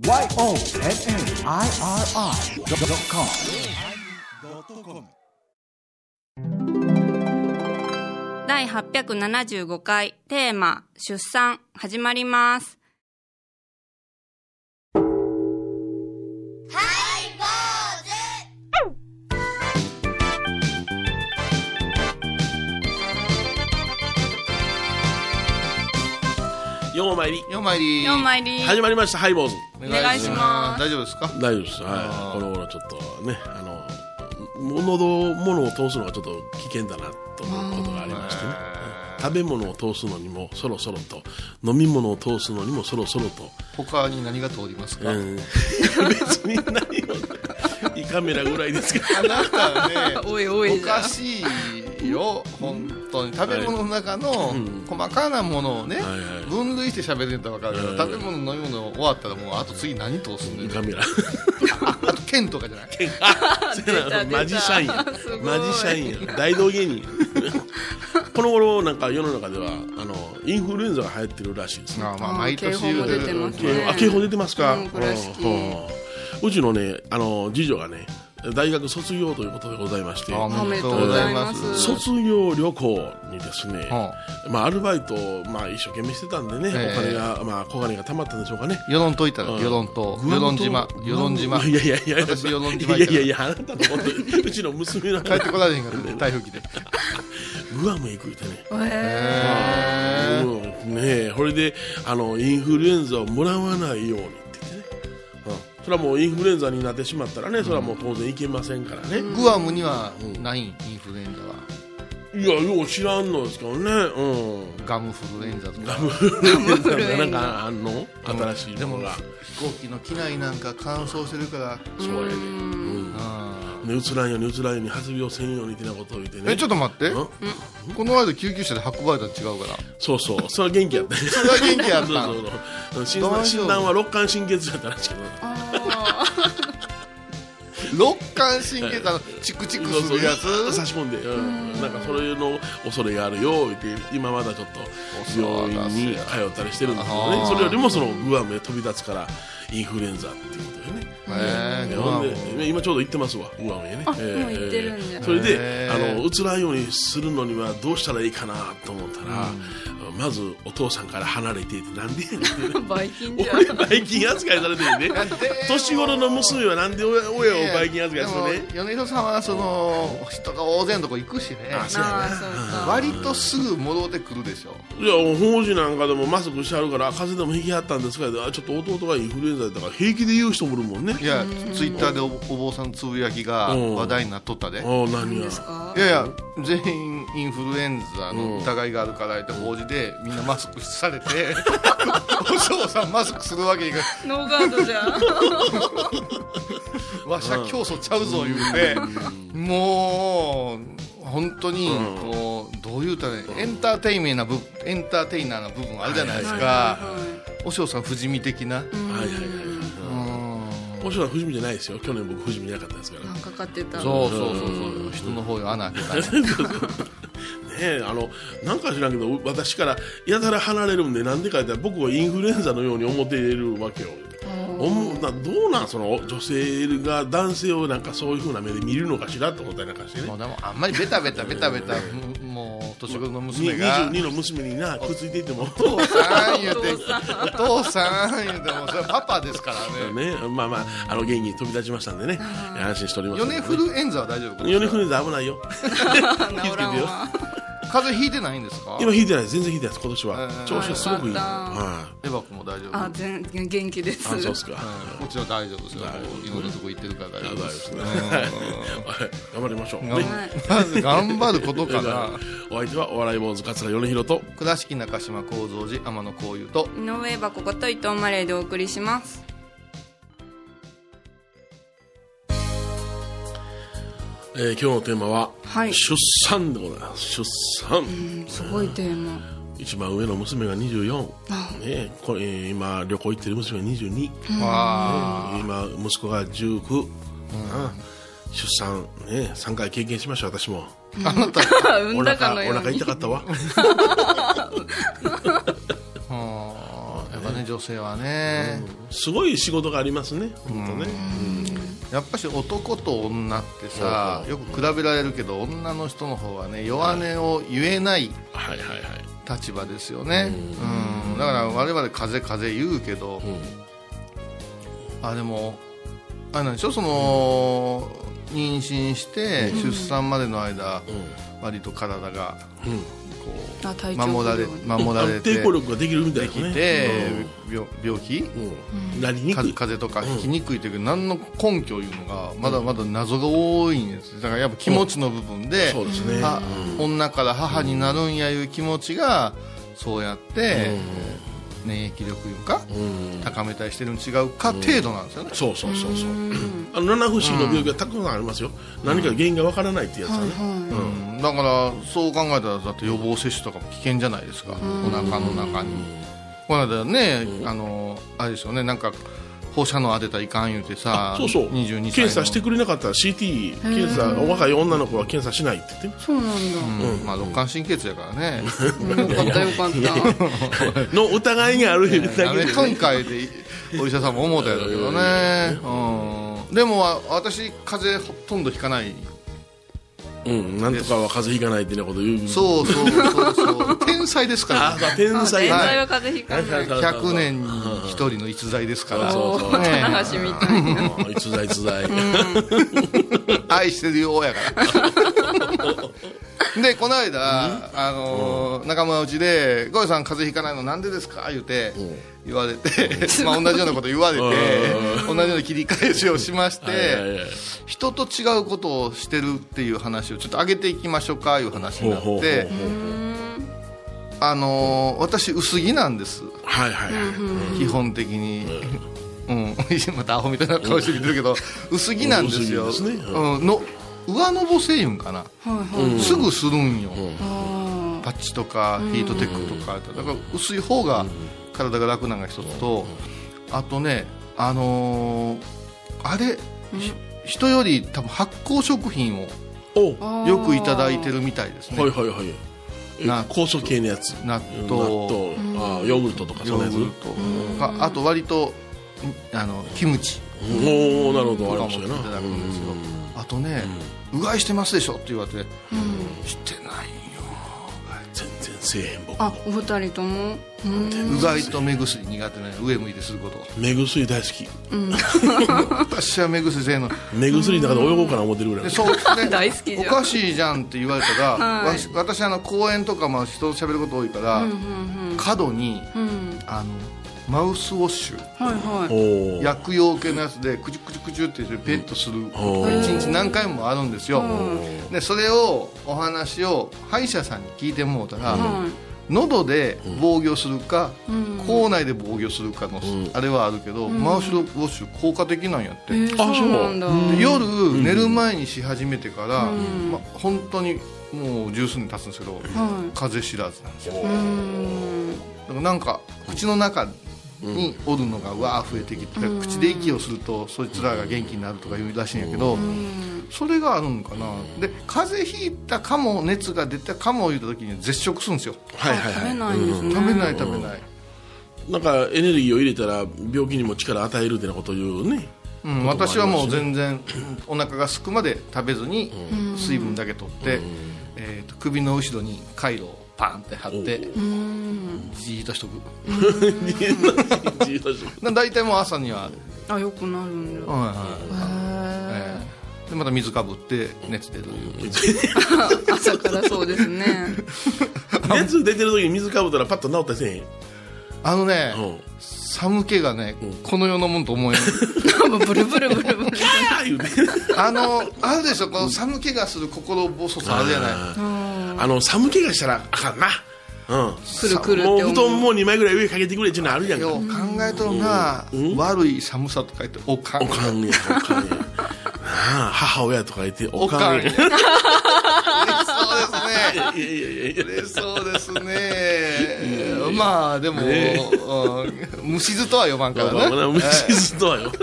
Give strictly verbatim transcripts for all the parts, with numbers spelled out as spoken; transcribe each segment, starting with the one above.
ワイオーエヌエヌアイアールアイドットコムだいはっぴゃくななじゅうごかいテーマ出産始まります。 ようまいりようまいりようまいり始まりました。ハイボーズお願いします。 大丈夫ですか？ 大丈夫です。はい、この頃ちょっとね、あの物を物を通すのがちょっと危険だなと思うことがありましてね、食べ物を通すのにもそろそろと、飲み物を通すのにもそろそろと。 他に何が通りますか？ うん、別に何も胃カメラぐらいですけどあなたねおいおいおかしいよ本当に。食べ物の中の細かなものをね、はいはい、分類して喋るんだったら分かるけど、はいはい、食べ物飲み物終わったらもうあと次何通すんだよ。 胃カメラあ, あと剣とかじゃない？剣あマジシャンやマジシャンや大道芸人この頃なんか世の中ではあのインフルエンザが流行ってるらしいですね。 あ、まあ、毎年警報も出てますね。 あ、警報出てますか？ うん、これ好き。 うちのね、あの次女がね大学卒業ということでございまして、 おめでとうございます。 卒業旅行にですね、はあ、まあ、アルバイトを、まあ、一生懸命してたんでね、えー、お金が、まあ、小金が貯まったんでしょうかね。 与論島行ったら、与論島、与論島、与論島。 いやいやいや、 私与論島行ったら。いやいやいや、あなたのことうちの娘の帰ってこられへんからね、台風機で。 グアムへ行くってね。 へー。うん、ねえ、これであのインフルエンザをもらわないようにって言ってね。うん、それはもうインフルエンザになってしまったらね、それはもう当然いけませんからね。 グアムにはない、インフルエンザは。 いや、よう知らんのですからね。うん。 ガムフルエンザとか。 ガムフルエンザとかなんかあんの？新しいものが。 飛行機の機内なんか乾燥してるから。 そうやね。うん。ね、うつらんようにうつらんように発病せんようにってなことを言ってね。 え、ちょっと待って。この間救急車で運ばれたら違うから。 そうそう。それは元気やった。 それは元気やった。そうそうそう。診断は肋間神経痛やったらしいけど。 肋間神経痛のチクチクするやつ差し込んで、うん、なんかそれの恐れがあるよって今まだちょっと病院に通ったりしてるんですけどね。それよりもそのグアムへ飛び立つからインフルエンザっていうことでね。えー、で今ちょうど行ってますわ、グアムへね。 あ、えー、もう行ってるんじゃ。 それであのうつらんようにするのにはどうしたらいいかなと思ったら、うん、まずお父さんから離れていて、なんでバイキンじゃん。 俺バイキン扱いされてるね。年頃の娘はなんで親をバイキン扱いするね。 米広さんはその人が大勢のとこ行くしね。 あ、そうやな。 割とすぐ戻ってくるでしょ。 いや、法事なんかでもマスクしてあるから風邪でも引きはったんですから、ちょっと弟がインフルエンザだったから平気で言う人もいるもんね。 いや、ツイッターで お, お坊さんつぶやきが話題になっとったで。 あ、何が？ いやいや、全員インフルエンザの疑いがあるからって法事でみんなマスクされてお嬢さんマスクするわけいかノーガードじゃんわしゃ競争ちゃうぞ言うて、もう本当にこうどういうたらエンターテイメンな部エンターテイナーな部分あるじゃないですか。お嬢さん不死身的な。はいはいはい。 お嬢さん不死身じゃないですよ。去年僕不死身じゃなかったですから。 かかってた。 そうそうそうそう。人の方よ穴開けたね。ねえ、あのなんか知らんけど私からやたら離れるんで、なんでか言ったら僕はインフルエンザのように思っているわけよ。おもなどうなん、その女性が男性をなんかそういう風な目で見るのかしらと思ったりなんかしてね。 もうでもあんまりベタベタベタベタもう年頃の娘がにじゅうにの娘になくっついていてもお父さん言うてお父さん言うてもそれはパパですからね。 ね、まあまああの元気に飛び立ちましたんでね、安心しております。 ヨネフルエンザは大丈夫？ ヨネフルエンザ危ないよ。気をつけてよ。 風邪ひいてないんですか？ 今ひいてないです、全然ひいてないです。今年は、えー、調子がすごくいい。 はい。エバ君も大丈夫？ あ、全然元気です。 あ、そうですか。 こちら大丈夫ですよ。いろんなとこ行ってるから大丈夫です。 頑張りましょう。 まず頑張ることかな。 お相手はお笑い坊主桂米広と倉敷中島幸三寺天野幸雄と井上箱こと伊藤マレーでお送りします。 えー、今日のテーマは、 はい、 出産でございます。出産、うん、 すごいテーマ。 一番上の娘がにじゅうよん、ね、これ今旅行行ってる娘がにじゅうに、うん、ね、今息子がじゅうきゅう、うん、出産、ね、さんかい経験しました。私も、 うん、あなた産んだかのようにお腹痛かったわやっぱね、女女性はね、 すごい仕事がありますね本当ね、 やっぱし男と女ってさ、よく比べられるけど女の人の方はね弱音を言えないはいはいはい立場ですよね、うん、だから我々風風言うけど、うん、あでもあれなんでしょ、その妊娠して出産までの間、うん、割と体がこう守られ守られて抵抗力ができるみたいなね、 できて、うん、病, 病気、 うん、なりにくい風邪とかひきにくいというけど、うん、何の根拠いうのがまだまだ謎が多いんです。だからやっぱ気持ちの部分で、 そうですね、 うん、女から母になるんやいう気持ちがそうやって、うん、免疫力いうか、うん、高めたりしてるの違うか程度なんですよね、うん、 そうそうそうそう、あの七不思議の病気はたくさんありますよ、うん、何か原因がわからないっていうやつはね、 うんうん、だからそう考えたらだって予防接種とかも危険じゃないですか、うん、お腹の中に、うん、この間ね、うん、あのあれですよね、なんか放射能当てたらいかん言うてさ、 そうそうにじゅうにさい検査してくれなかったら シーティー 検査、若い女の子は検査しないって言って、 そうなんだ、 うん、まあ肋間神経痛やからねよかったよかったの疑いがあるだけで、 やめとんかいでお医者さんも思ったやろうけどね、うん、でも私風邪ほとんどひかない、 うん、なんとかは風邪ひかないってなこと言う、 そうそうそうそう天才ですから、 あ天才、 天才は風邪ひかない、 ひゃくねんにひとりの逸材ですから、 そうそうそう、 棚橋みたいな逸材逸材、 愛してるよやからでこの間、うん、あのーうん、仲間内で「ゴイさん風邪ひかないのなんでですか?」言うて言われて、うん、まあ同じようなこと言われて同じような切り返しをしまして人と違うことをしてるっていう話をちょっと上げていきましょうかいう話になって、あのー、私薄着なんです、 はいはいはい、 基本的に、うん、またアホみたいな顔して見てるけど薄着なんですよ、 薄着ですね、 うん、の上のぼせいうんかな、はいはい、すぐするんよ、うん、パッチとかヒートテックとか、だから薄い方が体が楽なのが一つと、あとねあのー、あれ、うん、人より多分発酵食品をよくいただいてるみたいですね、 はいはいはい、酵素系のやつ、 納豆、 納豆、あヨーグルトとかそのやつ、 ヨーグルトか、あと割とあのキムチ、 おおなるほど、ありましたよな、いただくんですよ。あとね、うん、うがいしてますでしょって言われて、うん、してないよ、 全然せえへん僕。 あ、お二人とも、 うん、うがいと目薬苦手ね、上向いてすること。 目薬大好き、うん、 私は目薬せえの目薬の中で泳ごうかな思ってるぐらい、 でそう、ね、 大好きじゃん、 おかしいじゃんって言われたら、はい、私あの公園とかも人と喋ること多いから、うんうんうん、角に、うん、あのマウスウォッシュ、はいはい、薬用系のやつでクチュクチュクチュってペットする、いちにち何回もあるんですよ。でそれをお話を歯医者さんに聞いてもらったら、うん、喉で防御するか、うん、口内で防御するかの、うん、あれはあるけど、うん、マウスウォッシュ効果的なんやって、えー、あ、そうなんだ。 で夜、うん、寝る前にし始めてから、うんま、本当にもう十数年経つんですけど、うん、風邪知らずなんですよ。うん、だからなんか口の中におるのがわー増えてきて、うん、口で息をするとそいつらが元気になるとか言うらしいんやけど、うん、それがあるのかな。で風邪ひいたかも熱が出たかも言った時に絶食するんですよ。 はいはいはい、 食べないんですね、 うん、食べない食べない、 うん、なんかエネルギーを入れたら病気にも力を与えるってなことを言うね、 うん、私はもう全然お腹がすくまで食べずに水分だけ取って、うんえー、と首の後ろにカイロをパンって貼ってじーっとしとくだいたいもう朝にはあよくなるんだ、 はいはいえー、でまた水かぶって熱出る朝からそうですね熱出てる時に水かぶったらパッと治ったりせえへん。 あのね、うん、寒気がね、うん、この世のもんと思えないブルブルブルブルあのあるでしょ、この寒気がする心細さあるじゃない。 あの寒気がしたらあかんな、うん、 くるくるって思う。 もう布団もうにまいぐらい上かけてくれっていうのあるやんか。 よう考えとるな、うん、悪い寒さとか言っておかんおかんやおかんや母親とか言っておかんや嬉しそうですねまあでも、ね、虫図とは呼ばんからな、まあ、 虫図とは呼ばん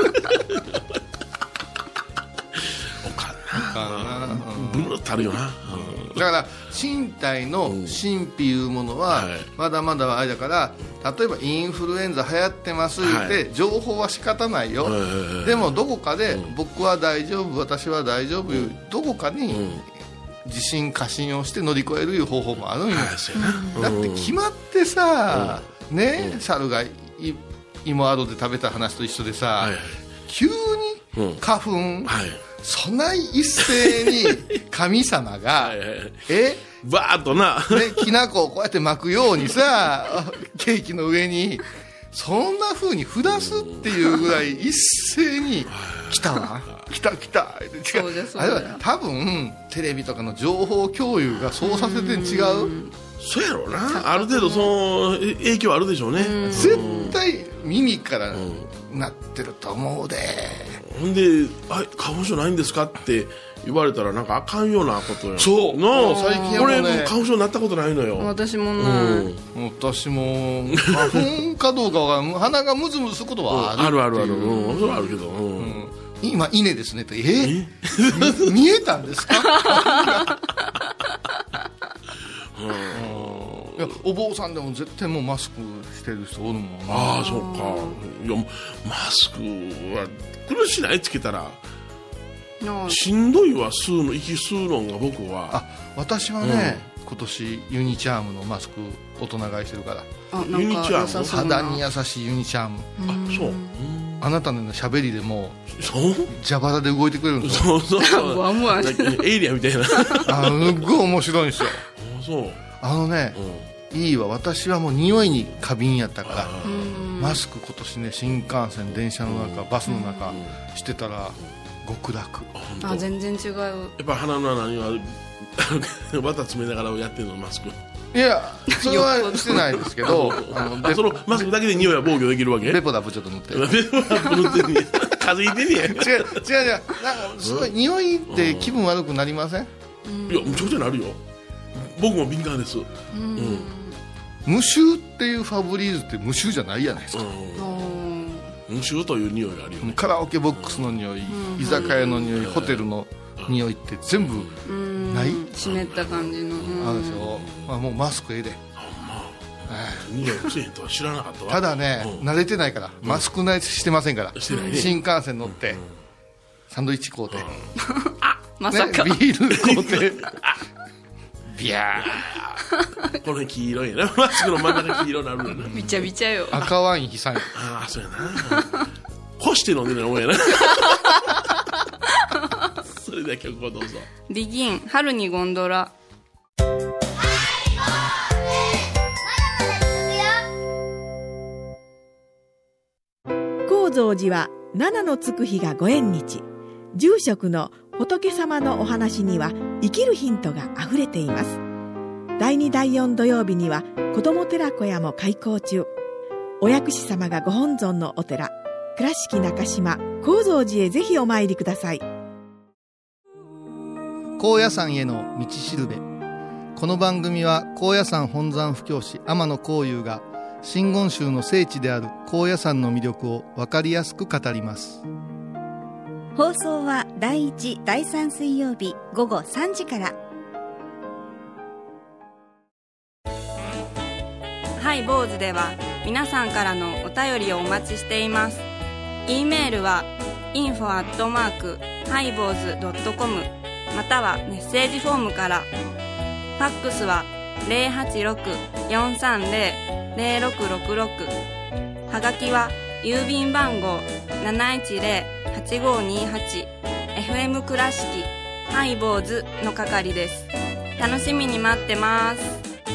おかんなブルーってあるよな、うん、 だから身体の神秘いうものはまだまだあれだから例えばインフルエンザ流行ってます言って、はい、情報は仕方ないよ、はい、でもどこかで、うん、僕は大丈夫私は大丈夫、うん、どこかに、うん自信過信をして乗り越えるいう方法もあるんよ、うん、だって決まってさ、うん、ね、うん、猿が芋アドで食べた話と一緒でさ、はい、急に花粉、うんはい、そない一斉に神様がはい、はい、えバーッとな、 ね、きな粉をこうやって巻くようにさケーキの上にそんな風に下すっていうぐらい一斉に来たわ来た来たそうです、 あれは多分テレビとかの情報共有がそうさせてん違う、うそうやろうな、ある程度その影響あるでしょうね、 う絶対耳からなってると思うで、 ほんであ花粉症ないんですかって言われたらなんかあかんようなことよ。 そうの最近はもう、ね、俺花粉症になったことないのよ。 私もない、 うん、私も花粉かどうかわからん鼻がムズムズすることはある、 うん、あるあるある、うん、それはあるけど、うんうん、 今稲ですねってええ見えたんですかうん、いやお坊さんでも絶対もうマスクしてる人おるもんな。 ああそうか。いやマスクは苦しないつけたらしんどいわ、吸うの息吸うのが僕は。 あ私はね、うん、今年ユニチャームのマスク大人買いしてるから。 あユニチャーム肌に優しいユニチャーム。 あそう、 あなたの喋りでも蛇腹で動いてくれるんですよ。そうそうわもわエイリアンみたいなあすっごい面白いんですよ。 あそうあのね、うん、いいわ。私はもう匂いに過敏やったからマスク今年ね新幹線電車の中バスの中してたら極楽。 あ全然違う。やっぱ鼻の穴には綿詰めながらやってるのマスク。 いやそれはしてないですけどあのそのマスクだけで匂いは防御できるわけ。 ベポダブちょっと塗ってベポダブ塗ってんね風邪ひいてんねや。違う違う違うなんかすごい匂いって気分悪くなりません？ いやむちゃくちゃなるよ。僕も敏感です。うん、 うん、無臭っていうファブリーズって無臭じゃないじゃないですか。 無臭という匂いがあるよね。 カラオケボックスの匂い、居酒屋の匂い、ホテルの匂いって全部ない湿った感じのあるでしょ、まあ、もうマスクええで匂いくせへんとは知らなかったわ。 ただね、うん、慣れてないからマスク慣れしてませんから、うん、新幹線乗って、うん、サンドイッチ買うて、うん、 あまさか、 ね、ビール買うてビャーこれ黄色いなマスクの真ん中黄色になるんだな。 びちゃびちゃよ。 赤ワイン悲惨や。 ああそうやな干して飲んでるのお前やなそれでは曲をどうぞ。 ビギン春にゴンドラ。 高蔵寺は七のつく日がご縁日。住職の仏様のお話には生きるヒントがあふれています。だいにだいよん土曜日には子ども寺小屋も開校中。お薬師様がご本尊のお寺倉敷中島・高蔵寺へぜひお参りください。 高野山への道しるべ。この番組は高野山本山布教師天野幸雄が真言宗の聖地である高野山の魅力を分かりやすく語ります。 放送はだいいち、だいさん水曜日午後さんじから。 ハイボーズでは皆さんからのお便りをお待ちしています。 E メールは インフォ アットマーク ハイボーズ ドットコム またはメッセージフォームから。ファックスは ゼロはちろく よんさんゼロ ゼロろくろくろく はがきは郵便番号 なないちゼロ はちごにはち エフエム 倉敷ハイボーズの係です。楽しみに待ってます。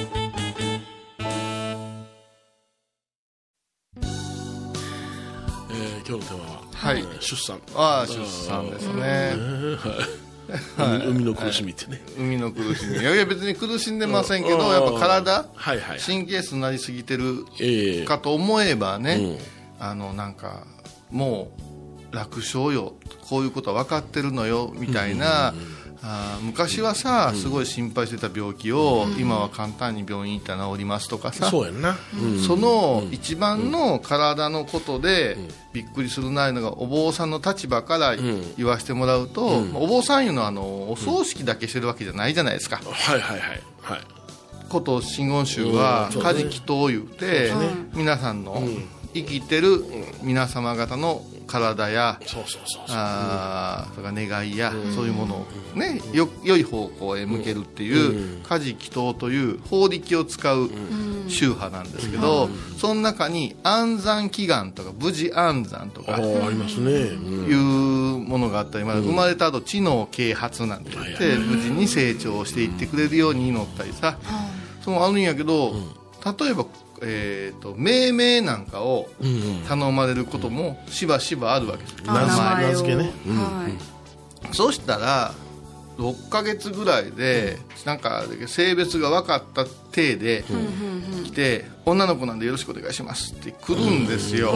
今日のテーマは、 はい、 出産。 ああ出産ですね、 はい、海の苦しみってね、 はい、海の苦しみ。いやいや別に苦しんでませんけど、やっぱ体、はいはい、神経質になりすぎてるかと思えばね、えーうん、あのなんかもう楽勝よ、こういうことは分かってるのよみたいな、うんうんうん、あ昔はさ、うん、すごい心配してた病気を、うん、今は簡単に病院行ったら治りますとかさ、 そうやんな、うん、 その一番の体のことでびっくりするないのがお坊さんの立場から言わせてもらうと、うん、お坊さんいうのはあのお葬式だけしてるわけじゃないじゃないですか、 うん、はいはいはいはい。 こと真言宗はうん家事祈祷を言うて、皆さんの生きてる皆様方の体や、 そうそうそうそうあそれから願いや、そういうものをねよ良い方向へ向けるっていう家事祈祷という法力を使う宗派なんですけど、その中に安産祈願とか無事安産とかあありますね、うんいうものがあったり、まあ、生まれた後知能啓発なんて言って無事に成長していってくれるように祈ったりさ、そうあるんやけど、例えばえー、と命名なんかを頼まれることもしばしばあるわけです、 名前名付けね、うんはいそうしたらろっかげつぐらいでなんか性別が分かった体で来て、女の子なんでよろしくお願いしますって来るんですよ、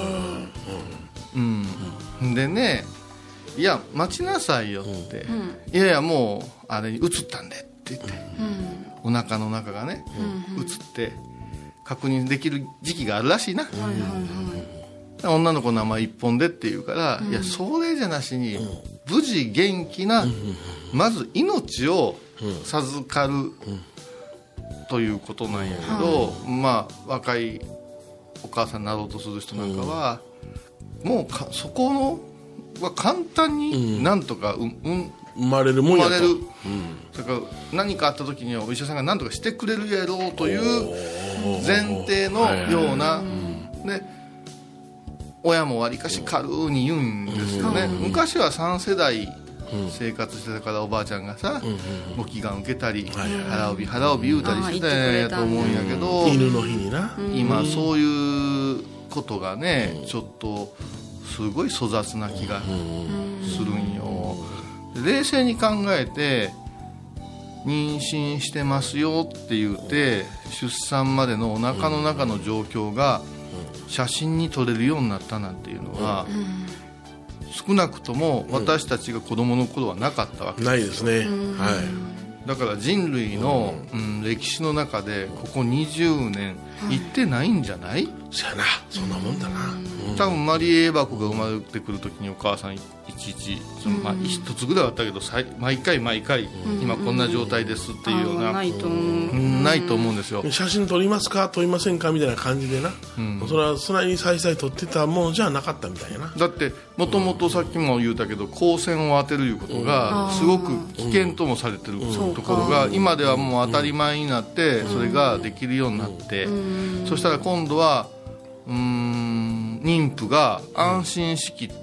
うん、でね、いや待ちなさいよって、いやいやもうあれに移ったんでって言って、お腹の中がね、移って確認できる時期があるらしいな、女の子の名前一本でって言うから、いやそれじゃなしに無事元気な、まず命を授かるということなんやけど、まあ若いお母さんになろうとする人なんかは、もうかそこのは簡単になんとか、うんうん、 生まれるもんやと、 生まれる、だから何かあった時にはお医者さんが何とかしてくれるやろうという前提のような、で親もわりかし軽に言うんですよね、昔はさん世代生活してたから、おばあちゃんがさ、ご祈願受けたり、腹帯腹帯言うたりしてたんやと思うんやけど、 犬の日にな、 今そういうことがね、ちょっとすごい粗雑な気がするんよ。冷静に考えて妊娠してますよって言うて、出産までのお腹の中の状況が写真に撮れるようになったなんていうのは、少なくとも私たちが子供の頃はなかったわけですよ。 ないですね、はだから人類の、うん、歴史の中でここにじゅうねん行ってないんじゃない？ そやな、そんなもんだな、 多分マリエ・エバコが生まれてくるときにお母さんいちいちその、まあ、一つぐらいはあったけど、毎回毎回今こんな状態ですっていうような、 ないと思う、 うんないと思うんですよ。 写真撮りますか撮りませんかみたいな感じでな、それはそんなに再々撮ってたものじゃなかったみたいやな。 だってもともとさっきも言うたけど、光線を当てるいうことがすごく危険ともされてるところが、今ではもう当たり前になってそれができるようになって、そしたら今度はうーん妊婦が安心しきって、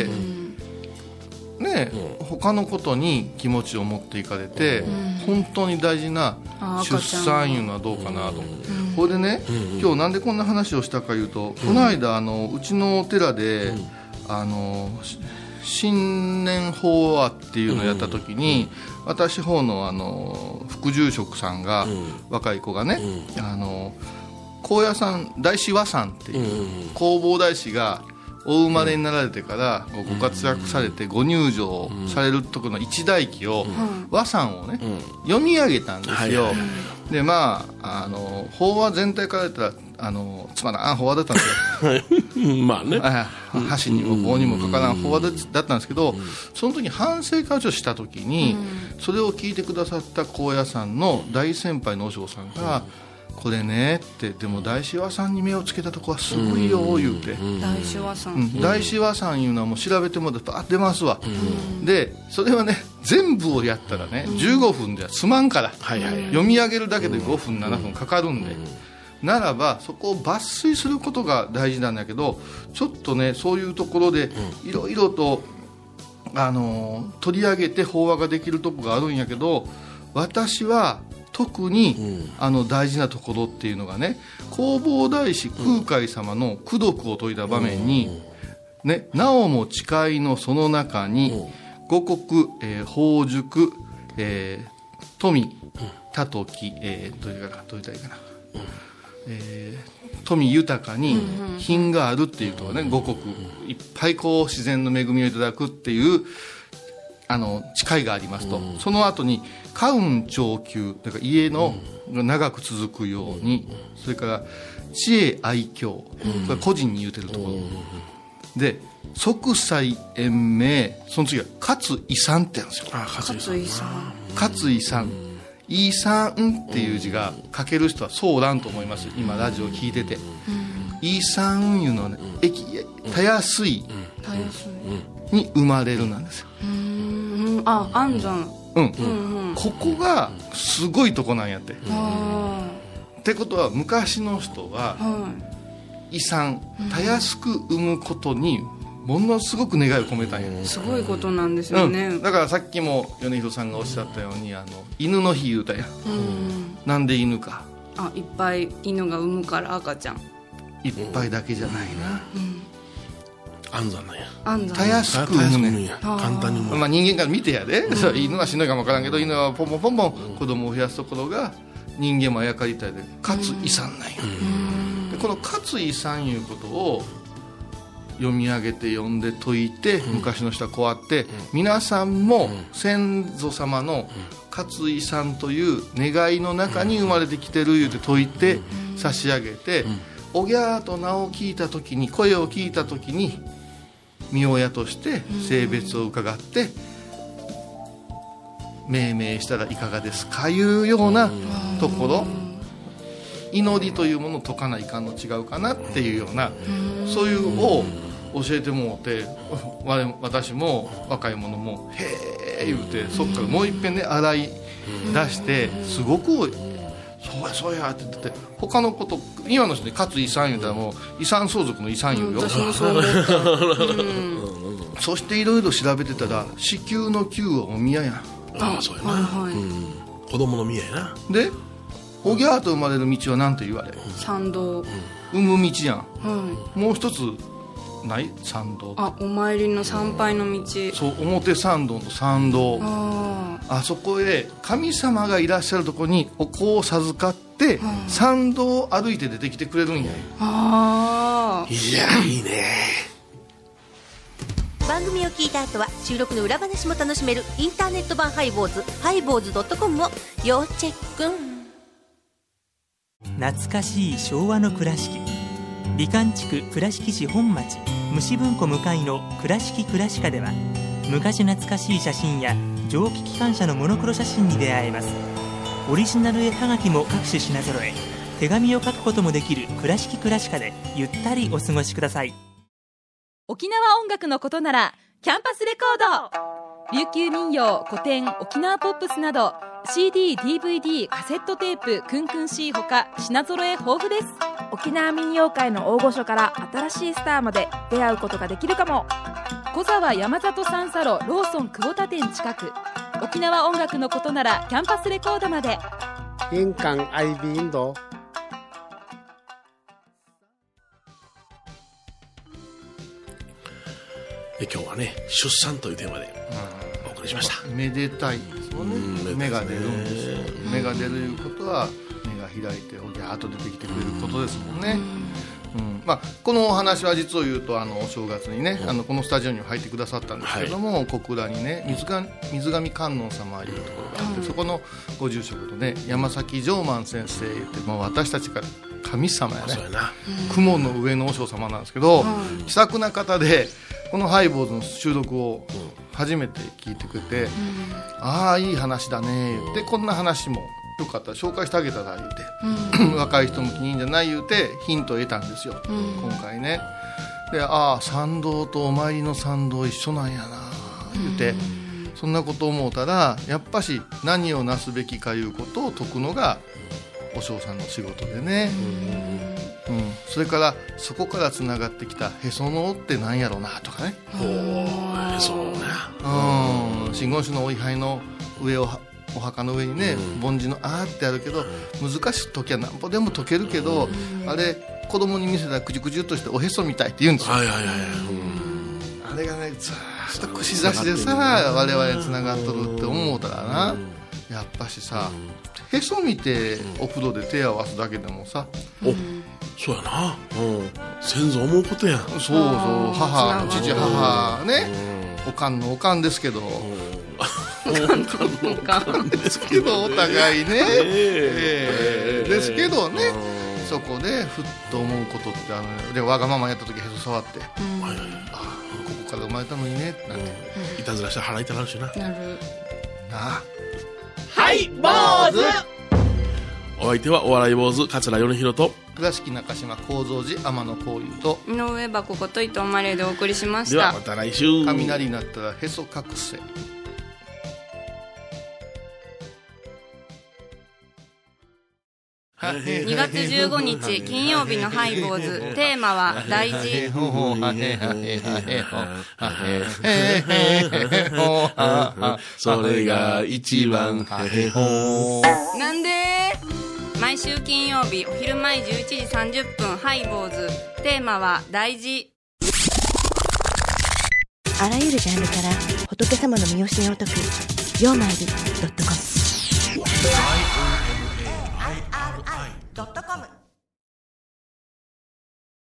ね、他のことに気持ちを持っていかれて、本当に大事な出産いうのはどうかなと。これでね、今日なんでこんな話をしたかいうと、この間あのうちのお寺であの新年法話っていうのをやった時に、私方のあの副住職さんが、若い子がね、あの高野山大師和さんっていう弘法大師がお生まれになられてからご活躍されてご入場されるところの一代記を、和さんをね、読み上げたんですよ。でまああの法話全体から言ったらあのつまらん法話だったんですよまあね、 箸にも棒にもかからん法話だったんですけど、その時に反省会をした時に、それを聞いてくださった高野山の大先輩の和尚さんが、これねって、でも大師和さんに目をつけたとこはすごいよ言うて、 大師和さん、 うん、大師和さんいうのはもう調べてもらったら出ますわ、でそれはね全部をやったらねじゅうごふんじゃ済まんから、読み上げるだけでごふんななふんかかるんで、ならばそこを抜粋することが大事なんだけど、ちょっとねそういうところでいろいろとあの取り上げて法話ができるとこがあるんやけど、私は特に、うん、あの大事なところっていうのがね、弘法大師空海様の功徳を説いた場面に、うんね、なおも誓いのその中に、うん、五穀、えー、宝熟、えー、富多時、えー、どういうかなどういうたらいいかな、うんえー、富豊かに品があるっていうとね、五穀いっぱいこう自然の恵みをいただくっていうあの誓いがありますと、うん、その後に家運長久、だから家のが長く続くように、うん、それから知恵愛嬌、うん、これ個人に言うてるところ、うん、で即歳延命、その次は勝遺産ってあるんですよ。 あ勝遺産勝遺産遺産っていう字が書ける人はそうおらんと思います。今ラジオ聞いてて、遺産いうのはね、駅たやすいに生まれるなんですよ。 うーん、あ、安産、 うん、 うんうん、 ここがすごいとこなんやって。 あってことは昔の人はー、は遺産たやすく産むことにものすごく願いを込めたんや。 い、すごいことなんですよね、 うん、だからさっきも米広さんがおっしゃったように、あの犬の日言うたやん、 うん、 なんで犬か、 あ、いっぱい犬が産むから赤ちゃん、 いっぱいだけじゃないな、 安産なんや。 安産、 たやすく産むねんや。簡単に産む。 まあ、人間から見てやで、それ犬はしんどいかもわからんけど、犬はポンポンポンポン子供を増やすところが人間もあやかりたいで、かつ遺産なんや。でこのかつ遺産いうことを読み上げて読んで解いて、昔の人はこうやって、皆さんも先祖様の勝遺産という願いの中に生まれてきてる言うて解いて差し上げて、おぎゃーと名を聞いた時に、声を聞いた時に身親として性別を伺って命名したらいかがですかいうようなところ、祈りというものを解かないかんの違うかなっていうような、そういうを教えてもうて、私も若い者もへえ言うて、そっからもういっぺんね洗い出して、すごくそうやそうやって言ってて、他のこと今の人にかつ遺産言うたらもう遺産相続の遺産言うよ。 私もそう思った、うん、 そしていろいろ調べてたら子宮の宮はお宮やん。 ああ、そうやな、 はいはい、 うん、子供の宮やな。 でおぎゃーと生まれる道は何て言われ、 参道、 産む道やん、 はい、 もう一つない参道、 あ、お参りの参拝の道、 そう表参道の参道、 ああそこへ神様がいらっしゃるところにお子を授かって、参道を歩いて出てきてくれるんや。 あ、 いや、いいね。 番組を聞いた後は収録の裏話も楽しめるインターネット版ハイボーズ、ハイボーズドットコムを要チェック。 懐かしい昭和の倉敷、美観地区倉敷市本町虫文庫向かいの倉敷倉歯科では、昔懐かしい写真や蒸気機関車のモノクロ写真に出会えます。オリジナル絵はがきも各種品揃え、手紙を書くこともできる倉敷倉歯科でゆったりお過ごしください。 沖縄音楽のことならキャンパスレコード、琉球民謡、古典、沖縄ポップスなど シーディー、ディーブイディー、カセットテープ、クンクン C ほか品揃え豊富です。 沖縄民謡界の大御所から新しいスターまで出会うことができるかも。 小沢山里三佐路ローソン久保田店近く。沖縄音楽のことならキャンパスレコードまで。 印港 アイビー インド。 で今日はね、出産というテーマでお送りしました。 めでたいですよね、うん、芽が出るんですよ。芽が出るいうことは芽が開いておぎゃーっと出てきてくれることですもんね。うん、まあ、このお話は実を言うと、あのお正月にね、あのこのスタジオに入ってくださったんですけども、はい、小倉にね水が水上観音様いうところがあって、うん、そこのご住職とね山崎常万先生言って、もう私たちから神様やね、 そうやな、 雲の上の和尚様なんですけど、うん、気さくな方でこのハイボーズの収録を初めて聞いてくれて、うん、ああいい話だねって、こんな話もよかったら紹介してあげたら言うて、うん、若い人向きにいいんじゃない言うてヒントを得たんですよ、うん、今回ね。で、ああ参道とお参りの参道一緒なんやな言うて、うん、そんなこと思うたら、やっぱし何をなすべきかいうことを説くのがお尚さんの仕事でね、うん、うん、それからそこからつながってきたへその緒ってなんやろなとかね、 おへその緒ね、 うん、真言宗のお位牌の上をお墓の上にね、うん、梵字のあーってあるけど、うん、難しい時はなんぼでも解けるけど、うん、あれ子供に見せたらくじゅくじゅっとしておへそみたいって言うんですよ、はいはいはい、うん、あれがねずーっと串刺しでさ、我々つながっとるって思うたらな、うん、やっぱしさ、うん、へそ見てお風呂で手を合わすだけでもさ、 うん、おそうやな、うん、先祖思うことやん。 そうそう、母父母ね、うん、おかんのおかんですけど、おかんですけどお互いね、えーえー、ですけどね、そこでふっと思うことって、あのでわがままやった時へそ触って、うん、あここから生まれたのにねなんて、 うん、いたずらしたら腹痛なるしな、 なるなあ。 ハイボーズ。 お相手はお笑い坊主桂米宏と倉敷中島幸三寺天野幸雄と井上箱こと伊藤マレーでお送りしました。 ではまた来週。 雷になったらへそ隠せ。 にがつじゅうごにち金曜日のハイボーズ、テーマは大事。 それが一番なんで毎週金曜日お昼前じゅういちじさんじゅっぷんハイボーズ、テーマは大事。 あらゆるジャンルから仏様の身教えを解くヨーマイルドットコム。 ドットコム